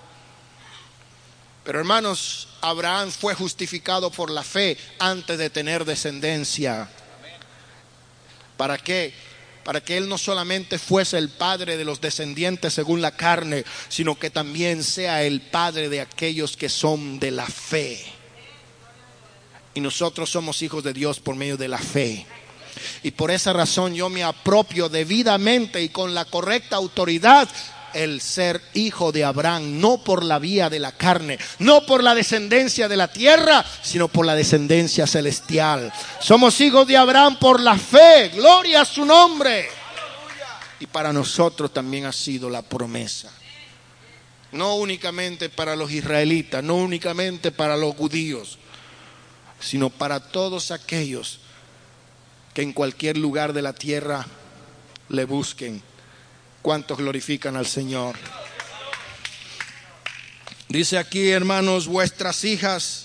Pero hermanos, Abraham fue justificado por la fe antes de tener descendencia. ¿Para qué? Para que él no solamente fuese el padre de los descendientes según la carne, sino que también sea el padre de aquellos que son de la fe. Y nosotros somos hijos de Dios por medio de la fe. Y por esa razón yo me apropio debidamente y con la correcta autoridad el ser hijo de Abraham, no por la vía de la carne, no por la descendencia de la tierra, sino por la descendencia celestial. Somos hijos de Abraham por la fe, gloria a su nombre. Y para nosotros también ha sido la promesa. No únicamente para los israelitas, no únicamente para los judíos, sino para todos aquellos que en cualquier lugar de la tierra le busquen. ¿Cuántos glorifican al Señor? Dice aquí, hermanos, vuestras hijas,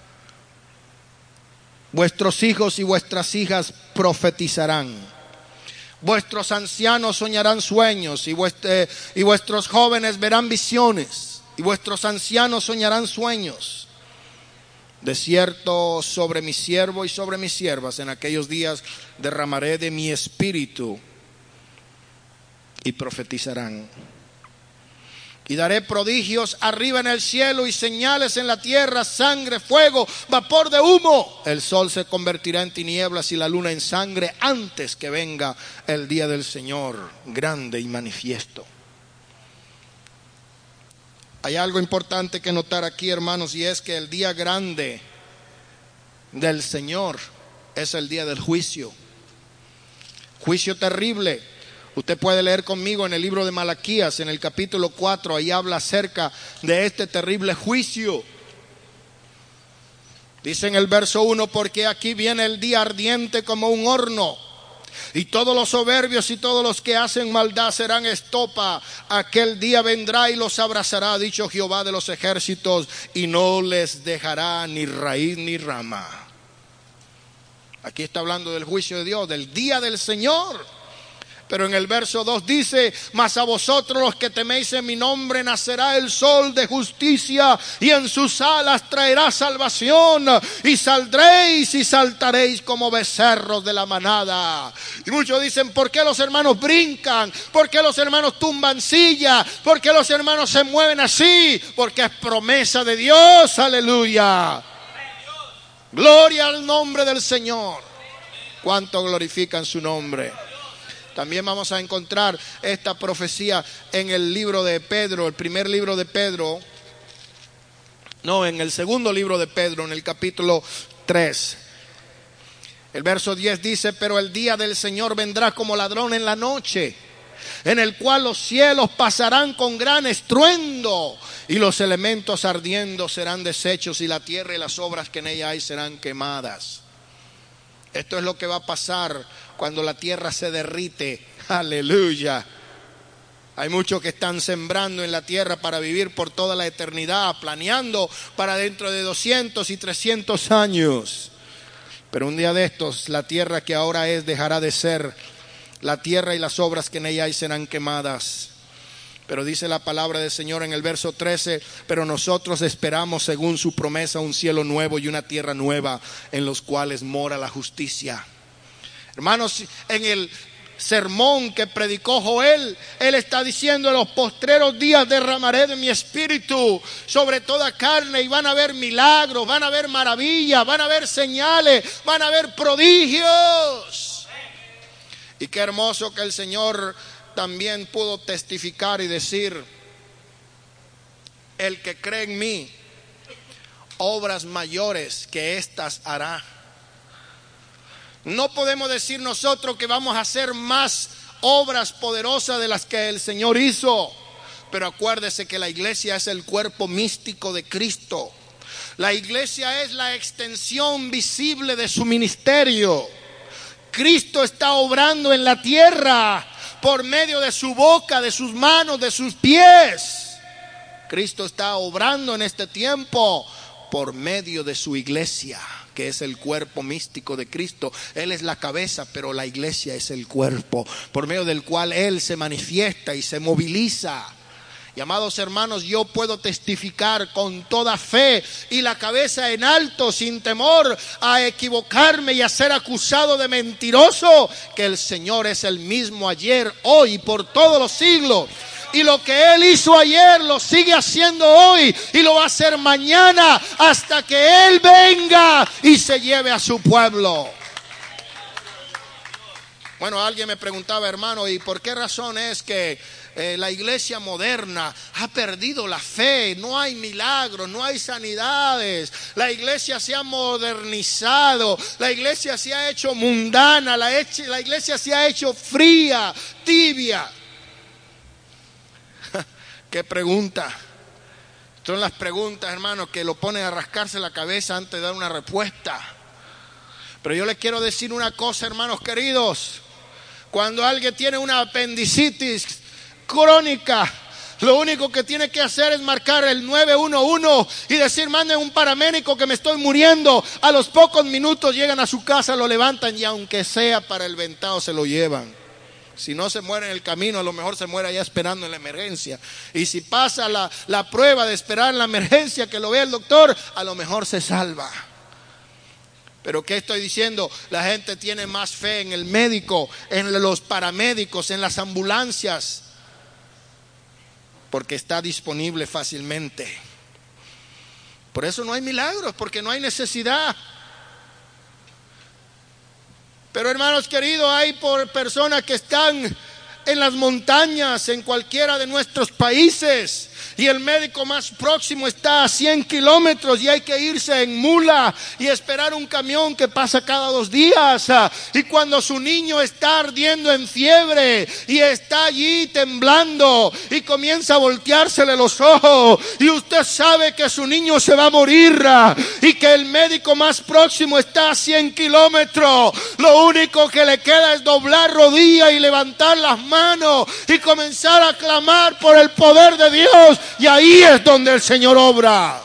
vuestros hijos y vuestras hijas profetizarán. Vuestros ancianos soñarán sueños y, vuest- y vuestros jóvenes verán visiones. Y vuestros ancianos soñarán sueños. De cierto, sobre mi siervo y sobre mis siervas en aquellos días derramaré de mi espíritu y profetizarán. Y daré prodigios arriba en el cielo y señales en la tierra, sangre, fuego, vapor de humo. El sol se convertirá en tinieblas y la luna en sangre antes que venga el día del Señor, grande y manifiesto. Hay algo importante que notar aquí, hermanos, y es que el día grande del Señor es el día del juicio. Juicio terrible. Usted puede leer conmigo en el libro de Malaquías, en el capítulo cuatro, ahí habla acerca de este terrible juicio. Dice en el verso uno, porque aquí viene el día ardiente como un horno, y todos los soberbios y todos los que hacen maldad serán estopa. Aquel día vendrá y los abrazará, ha dicho Jehová de los ejércitos, y no les dejará ni raíz ni rama. Aquí está hablando del juicio de Dios, del día del Señor. Pero en el verso dos dice, mas a vosotros los que teméis en mi nombre nacerá el sol de justicia y en sus alas traerá salvación, y saldréis y saltaréis como becerros de la manada. Y muchos dicen, ¿por qué los hermanos brincan? ¿Por qué los hermanos tumban silla? ¿Por qué los hermanos se mueven así? Porque es promesa de Dios, aleluya. Gloria al nombre del Señor. ¿Cuánto glorifican su nombre? También vamos a encontrar esta profecía en el libro de Pedro, el primer libro de Pedro, No, en el segundo libro de Pedro, en el capítulo tres. El verso diez dice: pero el día del Señor vendrá como ladrón en la noche, en el cual los cielos pasarán con gran estruendo, y los elementos ardiendo serán deshechos, y la tierra y las obras que en ella hay serán quemadas. Esto es lo que va a pasar cuando la tierra se derrite. Aleluya. Hay muchos que están sembrando en la tierra para vivir por toda la eternidad, planeando para dentro de doscientos y trescientos años. Pero un día de estos, la tierra que ahora es dejará de ser. La tierra y las obras que en ella hay serán quemadas. Pero dice la palabra del Señor en el verso trece: pero nosotros esperamos según su promesa un cielo nuevo y una tierra nueva, en los cuales mora la justicia. Hermanos, en el sermón que predicó Joel, él está diciendo: en los postreros días derramaré de mi espíritu sobre toda carne, y van a haber milagros, van a haber maravillas, van a haber señales, van a haber prodigios. Y qué hermoso que el Señor también pudo testificar y decir: el que cree en mí, obras mayores que estas hará. No podemos decir nosotros que vamos a hacer más obras poderosas de las que el Señor hizo, pero acuérdese que la iglesia es el cuerpo místico de Cristo. La iglesia es la extensión visible de su ministerio. Cristo está obrando en la tierra por medio de su boca, de sus manos, de sus pies. Cristo está obrando en este tiempo por medio de su iglesia, que es el cuerpo místico de Cristo. Él es la cabeza, pero la iglesia es el cuerpo, por medio del cual Él se manifiesta y se moviliza. Y amados hermanos, yo puedo testificar con toda fe y la cabeza en alto, sin temor a equivocarme y a ser acusado de mentiroso, que el Señor es el mismo ayer, hoy y por todos los siglos. Y lo que Él hizo ayer lo sigue haciendo hoy y lo va a hacer mañana, hasta que Él venga y se lleve a su pueblo. Bueno, alguien me preguntaba: hermano, ¿y por qué razón es que eh, la iglesia moderna ha perdido la fe? No hay milagros, no hay sanidades. La iglesia se ha modernizado, la iglesia se ha hecho mundana, la, hecho, la iglesia se ha hecho fría, tibia. ¿Qué pregunta? Son las preguntas, hermanos, que lo ponen a rascarse la cabeza antes de dar una respuesta. Pero yo les quiero decir una cosa, hermanos queridos. Cuando alguien tiene una apendicitis crónica, lo único que tiene que hacer es marcar el nueve uno uno y decir: manden un paramédico que me estoy muriendo. A los pocos minutos llegan a su casa, lo levantan y aunque sea para el ventado se lo llevan. Si no se muere en el camino, a lo mejor se muere allá esperando en la emergencia. Y si pasa la, la prueba de esperar en la emergencia, que lo vea el doctor, a lo mejor se salva. Pero ¿qué estoy diciendo? La gente tiene más fe en el médico, en los paramédicos, en las ambulancias, porque está disponible fácilmente. Por eso no hay milagros, porque no hay necesidad. Pero hermanos queridos, hay por personas que están en las montañas, en cualquiera de nuestros países, y el médico más próximo está a cien kilómetros y hay que irse en mula y esperar un camión que pasa cada dos días. Y cuando su niño está ardiendo en fiebre y está allí temblando y comienza a volteársele los ojos, y usted sabe que su niño se va a morir y que el médico más próximo está a cien kilómetros, lo único que le queda es doblar rodillas y levantar las manos y comenzar a clamar por el poder de Dios. Y ahí es donde el Señor obra.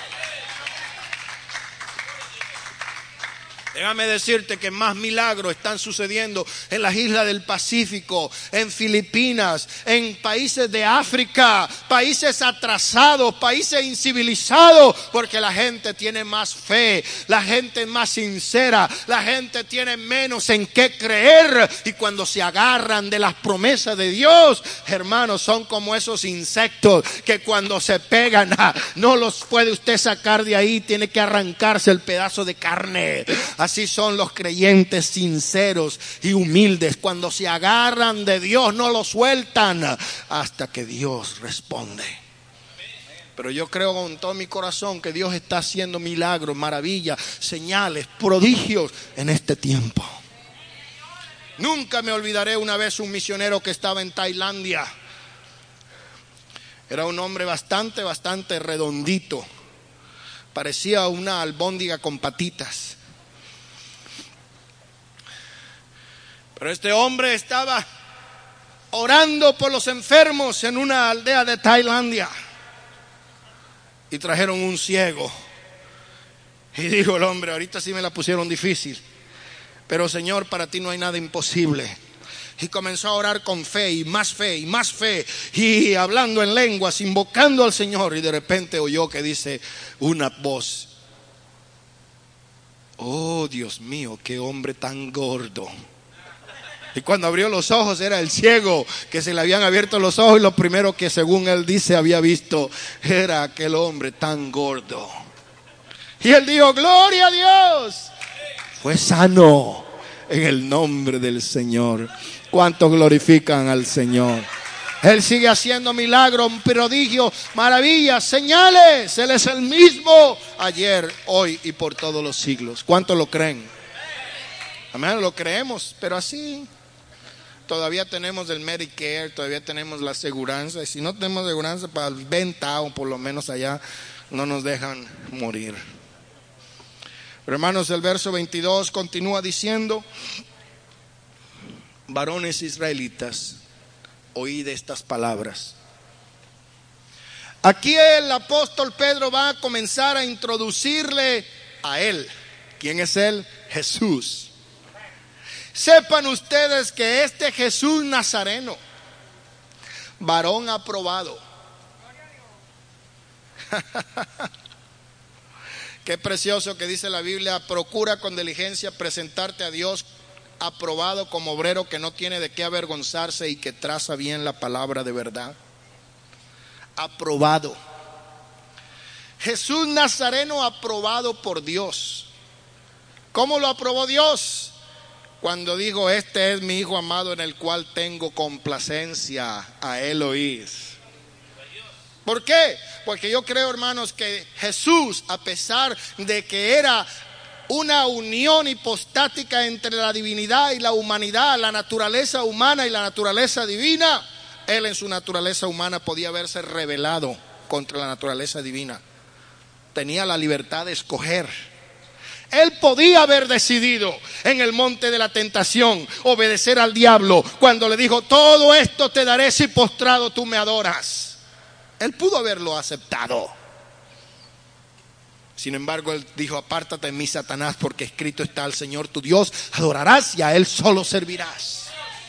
Déjame decirte que más milagros están sucediendo en las islas del Pacífico, en Filipinas, en países de África, países atrasados, países incivilizados, porque la gente tiene más fe, la gente es más sincera, la gente tiene menos en qué creer, y cuando se agarran de las promesas de Dios, hermanos, son como esos insectos que cuando se pegan, no los puede usted sacar de ahí, tiene que arrancarse el pedazo de carne. Así son los creyentes sinceros y humildes. Cuando se agarran de Dios, no lo sueltan hasta que Dios responde. Pero yo creo con todo mi corazón que Dios está haciendo milagros, maravillas, señales, prodigios en este tiempo. Nunca me olvidaré una vez un misionero que estaba en Tailandia. Era un hombre bastante, bastante redondito. Parecía una albóndiga con patitas. Pero este hombre estaba orando por los enfermos en una aldea de Tailandia. Y trajeron un ciego. Y dijo el hombre, ahorita sí me la pusieron difícil, pero Señor, para ti no hay nada imposible. Y comenzó a orar con fe y más fe y más fe, y hablando en lenguas, invocando al Señor. Y de repente oyó que dice una voz: oh Dios mío, qué hombre tan gordo. Y cuando abrió los ojos era el ciego, que se le habían abierto los ojos, y lo primero que, según él dice, había visto era aquel hombre tan gordo. Y él dijo: gloria a Dios. Fue sano en el nombre del Señor. ¿Cuántos glorifican al Señor? Él sigue haciendo milagros, prodigios, maravillas, señales. Él es el mismo ayer, hoy y por todos los siglos. ¿Cuántos lo creen? Amén, lo creemos, pero así. Todavía tenemos el Medicare, todavía tenemos la aseguranza. Y si no tenemos aseguranza para el venta, o por lo menos allá no nos dejan morir. Pero hermanos, el verso veintidós continúa diciendo: varones israelitas, oíd estas palabras. Aquí el apóstol Pedro va a comenzar a introducirle a él. ¿Quién es él? Jesús. Sepan ustedes que este Jesús Nazareno, varón aprobado. Qué precioso que dice la Biblia: procura con diligencia presentarte a Dios aprobado como obrero que no tiene de qué avergonzarse y que traza bien la palabra de verdad. Aprobado. Jesús Nazareno aprobado por Dios. ¿Cómo lo aprobó Dios? Cuando dijo: este es mi Hijo amado en el cual tengo complacencia, a él oís. ¿Por qué? Porque yo creo, hermanos, que Jesús, a pesar de que era una unión hipostática entre la divinidad y la humanidad, la naturaleza humana y la naturaleza divina, él en su naturaleza humana podía haberse rebelado contra la naturaleza divina. Tenía la libertad de escoger. Él podía haber decidido en el monte de la tentación obedecer al diablo cuando le dijo: todo esto te daré si postrado tú me adoras. Él pudo haberlo aceptado. Sin embargo, él dijo: apártate de mí, Satanás, porque escrito está: al Señor tu Dios adorarás y a él solo servirás.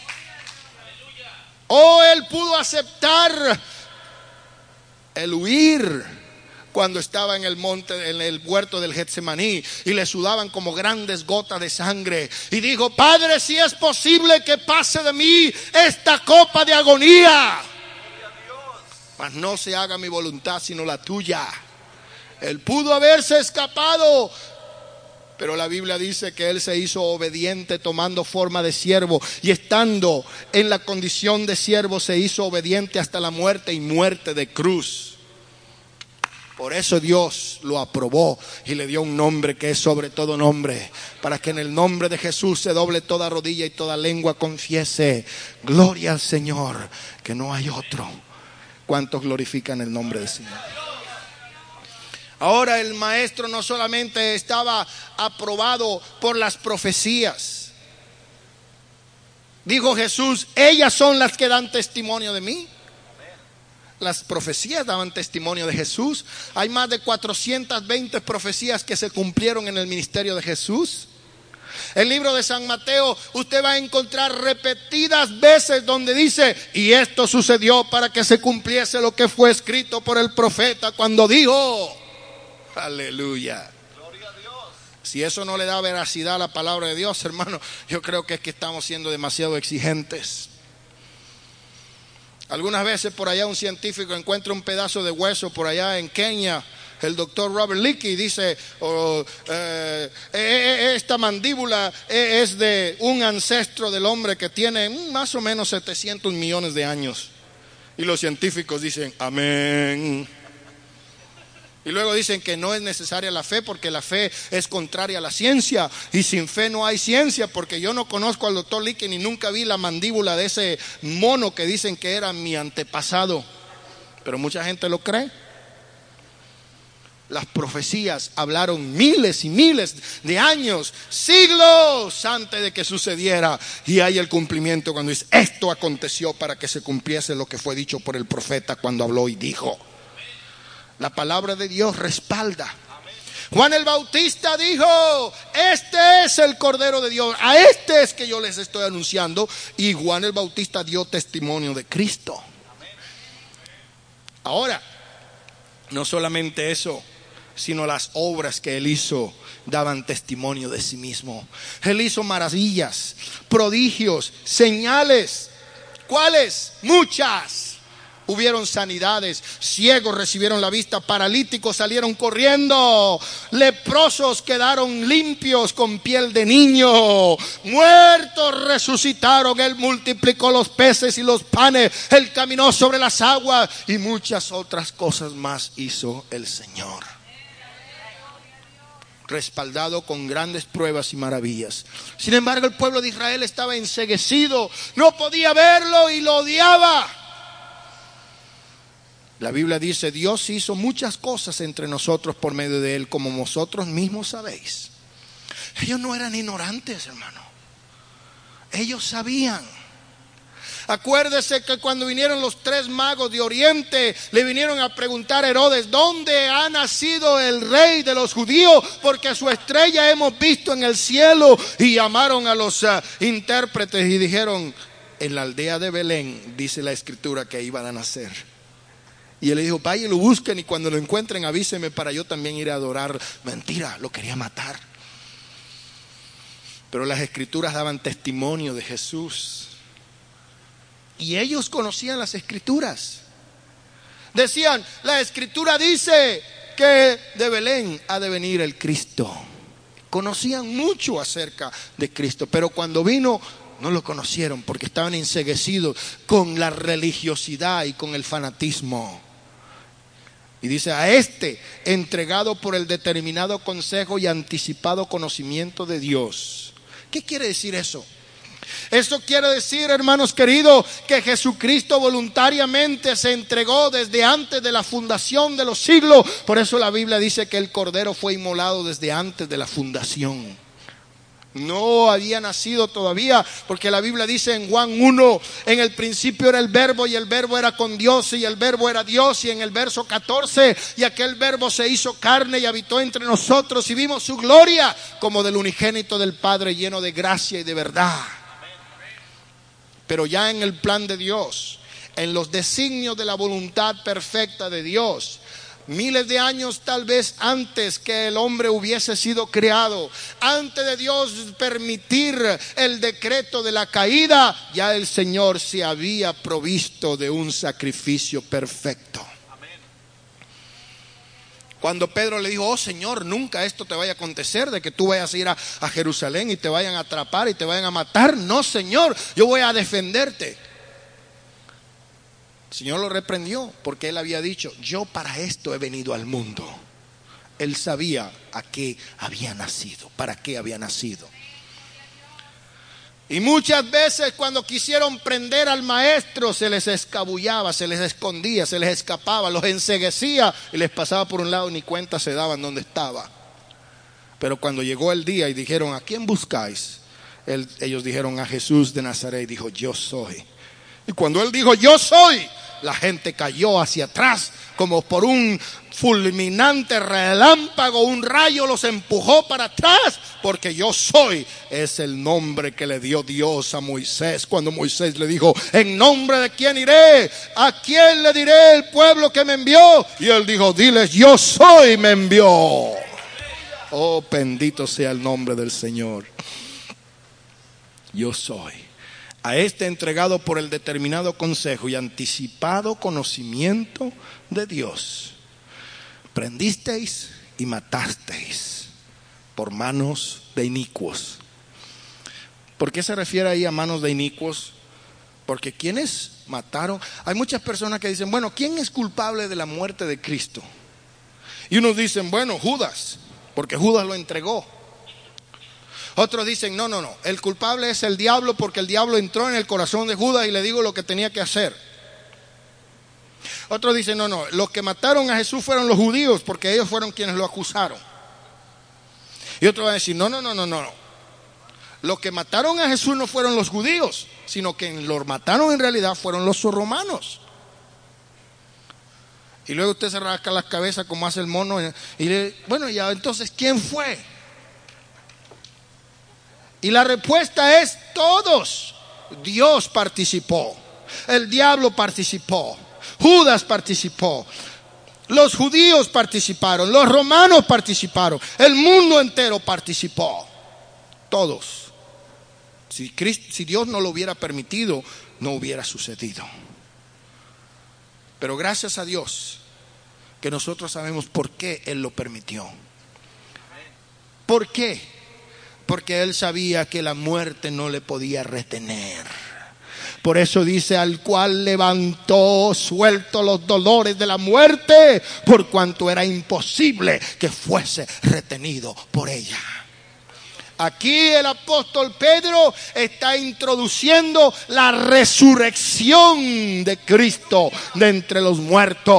O él pudo aceptar el huir cuando estaba en el monte, en el huerto del Getsemaní, y le sudaban como grandes gotas de sangre, y dijo: Padre, si es posible que pase de mí esta copa de agonía, mas no se haga mi voluntad sino la tuya. Él pudo haberse escapado, pero la Biblia dice que él se hizo obediente tomando forma de siervo, y estando en la condición de siervo se hizo obediente hasta la muerte, y muerte de cruz. Por eso Dios lo aprobó y le dio un nombre que es sobre todo nombre, para que en el nombre de Jesús se doble toda rodilla y toda lengua confiese: gloria al Señor, que no hay otro. ¿Cuántos glorifican el nombre del Señor? Ahora el maestro no solamente estaba aprobado por las profecías. Dijo Jesús: ellas son las que dan testimonio de mí. Las profecías daban testimonio de Jesús. Hay más de cuatrocientas veinte profecías que se cumplieron en el ministerio de Jesús. El libro de San Mateo, usted va a encontrar repetidas veces donde dice: y esto sucedió para que se cumpliese lo que fue escrito por el profeta cuando dijo. Aleluya. Gloria a Dios. Si eso no le da veracidad a la palabra de Dios, hermano, yo creo que es que estamos siendo demasiado exigentes. Algunas veces por allá un científico encuentra un pedazo de hueso por allá en Kenia. El doctor Robert Leakey dice: oh, eh, eh, esta mandíbula es de un ancestro del hombre que tiene más o menos setecientos millones de años. Y los científicos dicen: amén. Y luego dicen que no es necesaria la fe porque la fe es contraria a la ciencia. Y sin fe no hay ciencia, porque yo no conozco al doctor Licken y nunca vi la mandíbula de ese mono que dicen que era mi antepasado. Pero mucha gente lo cree. Las profecías hablaron miles y miles de años, siglos antes de que sucediera. Y hay el cumplimiento cuando dice, esto aconteció para que se cumpliese lo que fue dicho por el profeta cuando habló y dijo. La palabra de Dios respalda. Juan el Bautista dijo, este es el Cordero de Dios, a este es que yo les estoy anunciando. Y Juan el Bautista dio testimonio de Cristo. Ahora, no solamente eso, sino las obras que él hizo daban testimonio de sí mismo. Él hizo maravillas, prodigios, señales. ¿Cuáles? Muchas. Hubieron sanidades, ciegos recibieron la vista, paralíticos salieron corriendo, leprosos quedaron limpios con piel de niño, muertos resucitaron, él multiplicó los peces y los panes, él caminó sobre las aguas y muchas otras cosas más hizo el Señor. Respaldado con grandes pruebas y maravillas. Sin embargo, el pueblo de Israel estaba enceguecido, no podía verlo y lo odiaba. La Biblia dice, Dios hizo muchas cosas entre nosotros por medio de él, como vosotros mismos sabéis. Ellos no eran ignorantes, hermano. Ellos sabían. Acuérdese que cuando vinieron los tres magos de Oriente, le vinieron a preguntar a Herodes, ¿dónde ha nacido el rey de los judíos? Porque su estrella hemos visto en el cielo. Y llamaron a los uh, intérpretes y dijeron, en la aldea de Belén, dice la escritura, que iban a nacer. Y él le dijo, vaya y lo busquen y cuando lo encuentren avíseme para yo también ir a adorar. Mentira, lo quería matar. Pero las escrituras daban testimonio de Jesús. Y ellos conocían las escrituras. Decían, la escritura dice que de Belén ha de venir el Cristo. Conocían mucho acerca de Cristo, pero cuando vino no lo conocieron porque estaban enceguecidos con la religiosidad y con el fanatismo. Y dice, a este entregado por el determinado consejo y anticipado conocimiento de Dios. ¿Qué quiere decir eso? Eso quiere decir, hermanos queridos, que Jesucristo voluntariamente se entregó desde antes de la fundación de los siglos. Por eso la Biblia dice que el Cordero fue inmolado desde antes de la fundación. No había nacido todavía, porque la Biblia dice en Juan uno, en el principio era el verbo y el verbo era con Dios y el verbo era Dios. Y en el verso catorce, y aquel verbo se hizo carne y habitó entre nosotros y vimos su gloria como del unigénito del Padre, lleno de gracia y de verdad. Pero ya en el plan de Dios, en los designios de la voluntad perfecta de Dios, miles de años tal vez antes que el hombre hubiese sido creado, antes de Dios permitir el decreto de la caída, ya el Señor se había provisto de un sacrificio perfecto. Cuando Pedro le dijo, oh Señor, nunca esto te vaya a acontecer, de que tú vayas a ir a, a Jerusalén y te vayan a atrapar y te vayan a matar. No, Señor, yo voy a defenderte. El Señor lo reprendió porque él había dicho, yo para esto he venido al mundo. Él sabía a qué había nacido, para qué había nacido. Y muchas veces cuando quisieron prender al maestro, se les escabullaba, se les escondía, se les escapaba, los enceguecía y les pasaba por un lado, ni cuenta se daban dónde estaba. Pero cuando llegó el día y dijeron, ¿a quién buscáis? Él, ellos dijeron, a Jesús de Nazaret. Y dijo, yo soy. Y cuando él dijo, yo soy, la gente cayó hacia atrás como por un fulminante relámpago, un rayo los empujó para atrás, porque yo soy es el nombre que le dio Dios a Moisés cuando Moisés le dijo, ¿en nombre de quién iré? ¿A quién le diré el pueblo que me envió? Y él dijo, diles, yo soy, me envió. Oh, bendito sea el nombre del Señor. Yo soy. A este entregado por el determinado consejo y anticipado conocimiento de Dios, prendisteis y matasteis por manos de inicuos. ¿Por qué se refiere ahí a manos de inicuos? Porque quienes mataron, hay muchas personas que dicen, bueno, ¿quién es culpable de la muerte de Cristo? Y unos dicen, bueno, Judas, porque Judas lo entregó. Otros dicen, no, no, no, el culpable es el diablo, porque el diablo entró en el corazón de Judas y le dijo lo que tenía que hacer. Otros dicen, no, no, los que mataron a Jesús fueron los judíos, porque ellos fueron quienes lo acusaron. Y otros van a decir, no, no, no, no, no, los que mataron a Jesús no fueron los judíos, sino que los mataron en realidad fueron los romanos. Y luego usted se rasca las cabezas como hace el mono y le, bueno, ya entonces ¿quién fue? Y la respuesta es todos. Dios participó, el diablo participó, Judas participó, los judíos participaron, los romanos participaron, el mundo entero participó, todos. Si, Cristo, si Dios no lo hubiera permitido, no hubiera sucedido. Pero gracias a Dios que nosotros sabemos por qué Él lo permitió. ¿Por qué? Porque Él sabía que la muerte no le podía retener. Por eso dice, al cual levantó suelto los dolores de la muerte, por cuanto era imposible que fuese retenido por ella. Aquí el apóstol Pedro está introduciendo la resurrección de Cristo de entre los muertos.